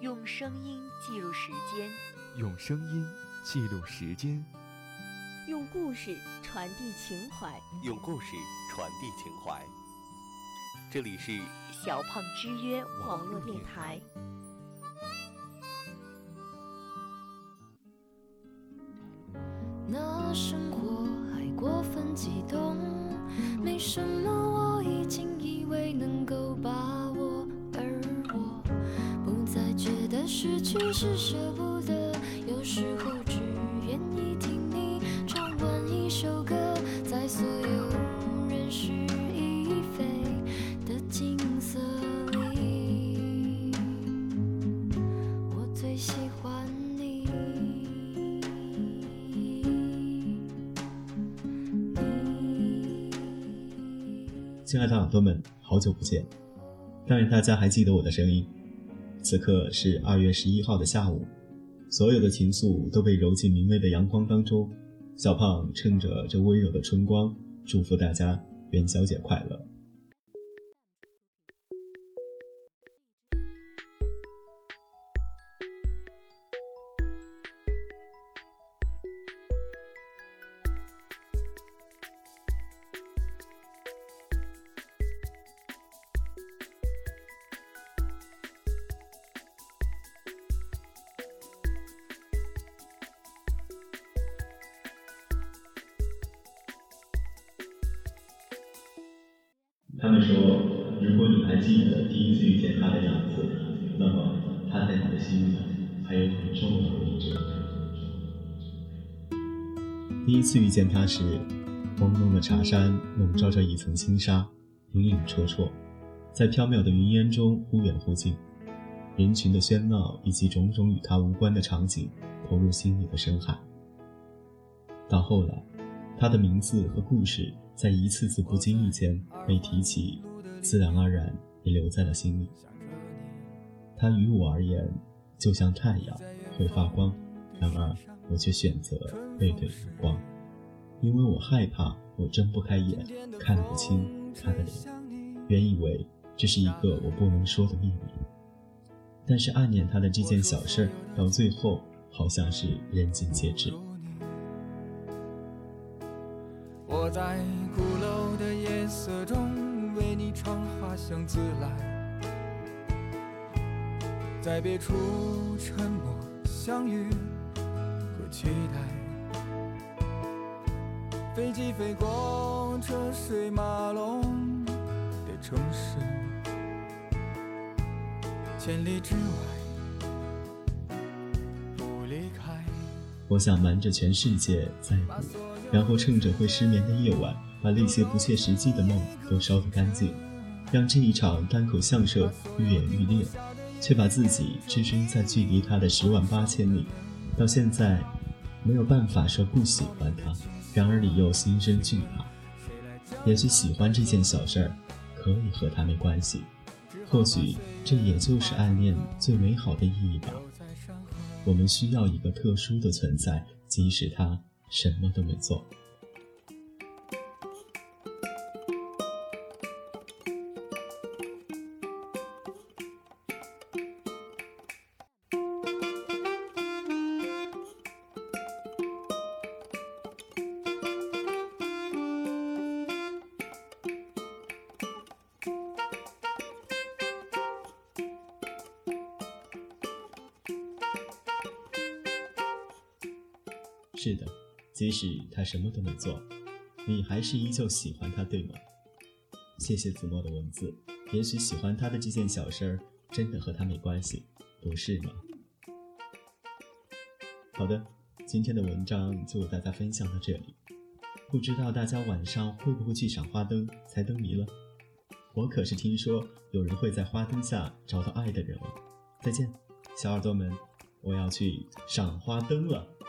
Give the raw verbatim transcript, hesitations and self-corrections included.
用声音记录时间， 用声音记录时间， 用故事传递情怀， 用故事传递情怀。这里是小胖之约网络电台。 那生活还过分激动，没什么我已经以为能够把握，而我不再觉得失去是舍不得，有时候只愿意听你唱完一首歌，在所有人事已非的景色里，我最喜欢你。 亲爱的耳朵们，好久不见，但愿大家还记得我的声音。此刻是二月十一号的下午，所有的情愫都被揉进明媚的阳光当中。小胖趁着这温柔的春光，祝福大家元宵节快乐。他们说，如果你还记得第一次遇见他的样子，那么他在你的心里还有很重要的位置。第一次遇见他时，朦胧的茶山笼罩着一层轻纱，影影绰绰，在缥缈的云烟中忽远忽近，人群的喧闹以及种种与他无关的场景投入心里的深海。到后来，他的名字和故事在一次次不经意间被提起，自然而然也留在了心里。他于我而言就像太阳，会发光，然而我却选择背对阳光，因为我害怕我睁不开眼，看不清他的脸，原以为这是一个我不能说的秘密。但是暗恋他的这件小事到最后好像是人尽皆知。 我在鼓楼的夜色中为你唱花香自来，在别处沉默相遇和期待，飞机飞过车水马龙的城市，千里之外不离开。 我想瞒着全世界在乎，然后趁着会失眠的夜晚，把那些不切实际的梦都烧得干净，让这一场单口相声愈演愈烈，却把自己置身在距离他的十万八千里。到现在没有办法说不喜欢他，然而你又心生惧怕。也许喜欢这件小事儿可以和他没关系，或许这也就是暗恋最美好的意义吧。我们需要一个特殊的存在，即使他什么都没做。是的，即使他什么都没做，你还是依旧喜欢他，对吗？谢谢子墨的文字，也许喜欢他的这件小事儿真的和他没关系，不是吗？好的，今天的文章就为大家分享到这里。不知道大家晚上会不会去赏花灯，猜灯谜了？我可是听说有人会在花灯下找到爱的人了。再见，小耳朵们，我要去赏花灯了。